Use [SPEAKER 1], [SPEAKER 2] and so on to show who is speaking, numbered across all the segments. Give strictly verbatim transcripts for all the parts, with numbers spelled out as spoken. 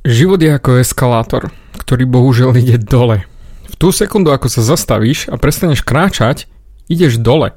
[SPEAKER 1] Život je ako eskalátor, ktorý bohužiaľ ide dole. V tú sekundu, ako sa zastavíš a prestaneš kráčať, ideš dole.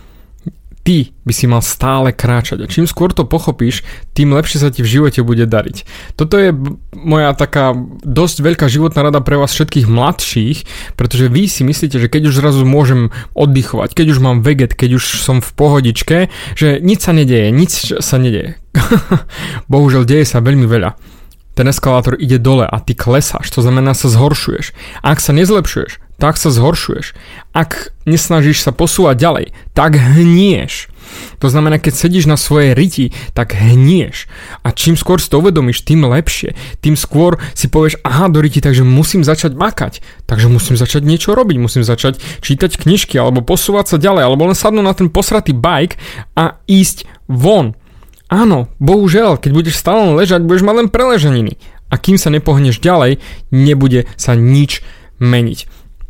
[SPEAKER 1] Ty by si mal stále kráčať a čím skôr to pochopíš, tým lepšie sa ti v živote bude dariť. Toto je moja taká dosť veľká životná rada pre vás všetkých mladších, pretože vy si myslíte, že keď už zrazu môžem oddychovať, keď už mám veget, keď už som v pohodičke, že nič sa nedeje, nič sa nedeje. Bohužiaľ deje sa veľmi veľa. Ten eskalátor ide dole a ty klesáš, to znamená sa zhoršuješ. Ak sa nezlepšuješ, tak sa zhoršuješ. Ak nesnažíš sa posúvať ďalej, tak hnieš. To znamená, keď sedíš na svojej riti, tak hnieš. A čím skôr si to uvedomíš, tým lepšie. Tým skôr si povieš, aha, do riti, takže musím začať makať. Takže musím začať niečo robiť, musím začať čítať knižky, alebo posúvať sa ďalej, alebo len sadnúť na ten posratý bike a ísť von. Áno, bohužiaľ, keď budeš stále ležať, budeš mať len preleženiny. A kým sa nepohneš ďalej, nebude sa nič meniť.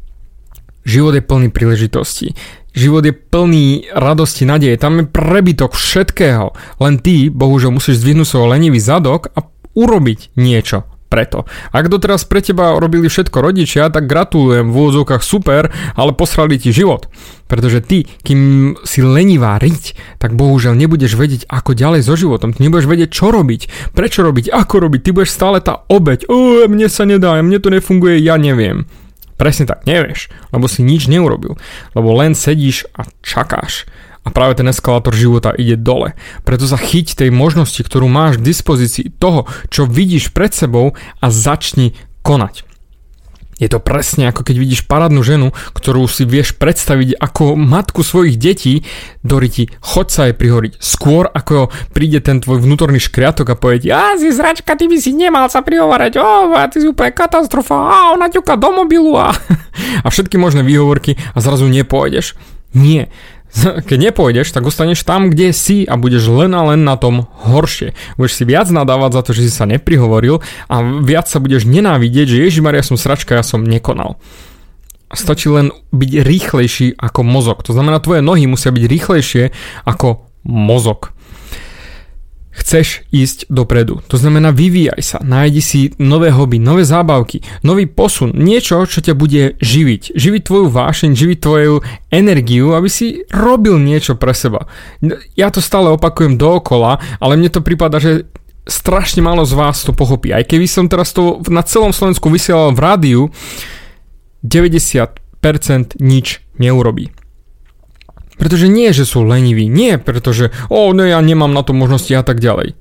[SPEAKER 1] Život je plný príležitostí. Život je plný radosti, nádeje. Tam je prebytok všetkého. Len ty, bohužiaľ, musíš zdvihnúť svoj lenivý zadok a urobiť niečo preto. Ak doteraz pre teba robili všetko rodičia, tak gratulujem, v úvodzovkách super, ale posrali ti život. Pretože ty, kým si lenivá riť, tak bohužiaľ nebudeš vedieť, ako ďalej so životom. Ty nebudeš vedieť, čo robiť, prečo robiť, ako robiť. Ty budeš stále tá obeť. O, mne sa nedá, mne to nefunguje, ja neviem. Presne tak, nevieš, lebo si nič neurobil. Lebo len sedíš a čakáš. A práve ten eskalátor života ide dole. Preto sa chyť tej možnosti, ktorú máš k dispozícii, toho, čo vidíš pred sebou a začni konať. Je to presne ako keď vidíš parádnu ženu, ktorú si vieš predstaviť ako matku svojich detí, Doriti, choď sa jej prihoriť. Skôr ako príde ten tvoj vnútorný škriatok a povie ti, a si zračka, ty by si nemal sa prihovárať, o, ty si úplne katastrofa, a ona ťuka do mobilu a, a všetky možné výhovorky a zrazu nepôjdeš. Nie. Keď nepôjdeš, tak ostaneš tam, kde si a budeš len a len na tom horšie. Budeš si viac nadávať za to, že si sa neprihovoril a viac sa budeš nenávidieť, že Ježišmaria, som sračka, ja som nekonal. Stačí len byť rýchlejší ako mozog. To znamená, tvoje nohy musia byť rýchlejšie ako mozog. Chceš ísť dopredu. To znamená, vyvíjaj sa, nájdi si nové hobby, nové zábavky, nový posun, niečo, čo ťa bude živiť. Živiť tvoju vášeň, živiť tvoju energiu, aby si robil niečo pre seba. Ja to stále opakujem dookola, ale mne to prípada, že strašne málo z vás to pochopí. Aj keby som teraz to na celom Slovensku vysielal v rádiu, deväťdesiat percent nič neurobí. Pretože nie, že sú leniví, nie pretože, o, no ja nemám na to možnosti a tak ďalej.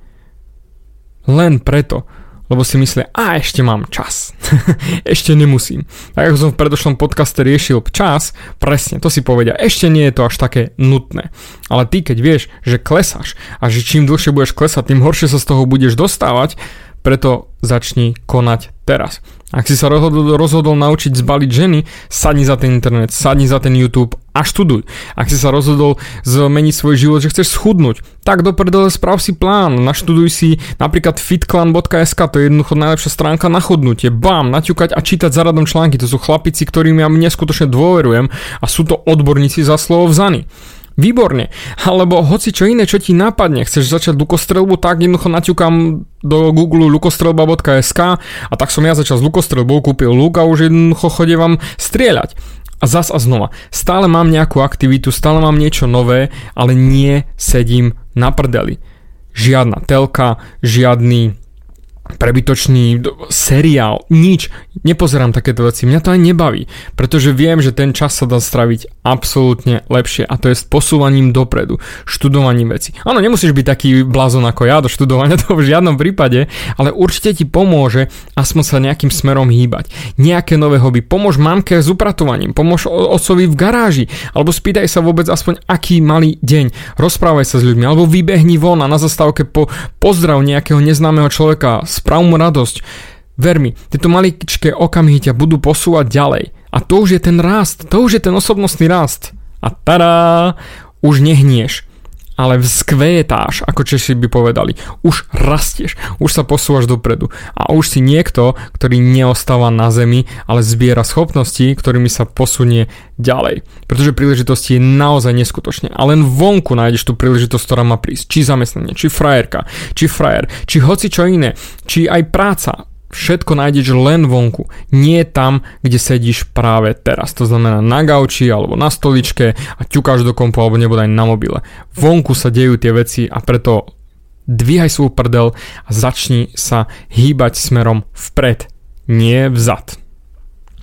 [SPEAKER 1] Len preto, lebo si myslia, a ešte mám čas. Ešte nemusím. Tak ako som v predošlom podcaste riešil čas, presne, to si povedia, ešte nie je to až také nutné. Ale ty, keď vieš, že klesáš a že čím dlhšie budeš klesať, tým horšie sa z toho budeš dostávať, preto začni konať teraz. Ak si sa rozhodol, rozhodol naučiť zbaliť ženy, sadni za ten internet, sadni za ten YouTube a študuj. Ak si sa rozhodol zmeniť svoj život, že chceš schudnúť, tak do prdele sprav si plán, naštuduj si napríklad fitclan bodka es ká, to je jednoducho najlepšia stránka na chudnutie. Bám, naťukať a čítať za radom články, to sú chlapici, ktorým ja neskutočne dôverujem a sú to odborníci za slovo vzaní. Výborne, alebo hoci čo iné, čo ti napadne, chceš začať lukostrelbu, tak jednoducho naťukám do Google lukostrelba bodka es ká a tak som ja začal s lukostrelbou, kúpil luk a už jednoducho chodím vám strieľať. A zas a znova, stále mám nejakú aktivitu, stále mám niečo nové, ale nie sedím na prdeli. Žiadna telka, žiadny prebytočný seriál, nič, nepozerám takéto veci, mňa to aj nebaví, pretože viem, že ten čas sa dá straviť absolútne lepšie a to je s posúvaním dopredu, študovaním veci. Áno, nemusíš byť taký blázon ako ja do študovania, to v žiadnom prípade, ale určite ti pomôže aspoň sa nejakým smerom hýbať. Nejaké nové hobby, pomôž mamke s upratovaním, pomôž otcovi v garáži, alebo spýtaj sa vôbec aspoň aký malý deň, rozprávaj sa s ľuďmi, alebo vybehni von a na zastávke po, pozdrav nejakého neznámeho človeka, sprav mu radosť. Ver mi, tieto maličké okamihy ťa budú posúvať ďalej. A to už je ten rast, to už je ten osobnostný rast. A tada, už nehnieš, ale vzkvétáš, ako Češi by povedali. Už rastieš, už sa posúvaš dopredu. A už si niekto, ktorý neostáva na zemi, ale zbiera schopnosti, ktorými sa posunie ďalej. Pretože príležitosti je naozaj neskutočne. A len vonku nájdeš tú príležitosť, ktorá má prísť. Či zamestnanie, či frajerka, či frajer, či hoci čo iné, či aj práca. všetko nájdeš len vonku. Nie tam, kde sedíš práve teraz. To znamená na gauči alebo na stoličke a ťukáš do kompu alebo nebodaj na mobile. Vonku sa dejú tie veci a preto dvíhaj svoju prdel a začni sa hýbať smerom vpred, nie vzad.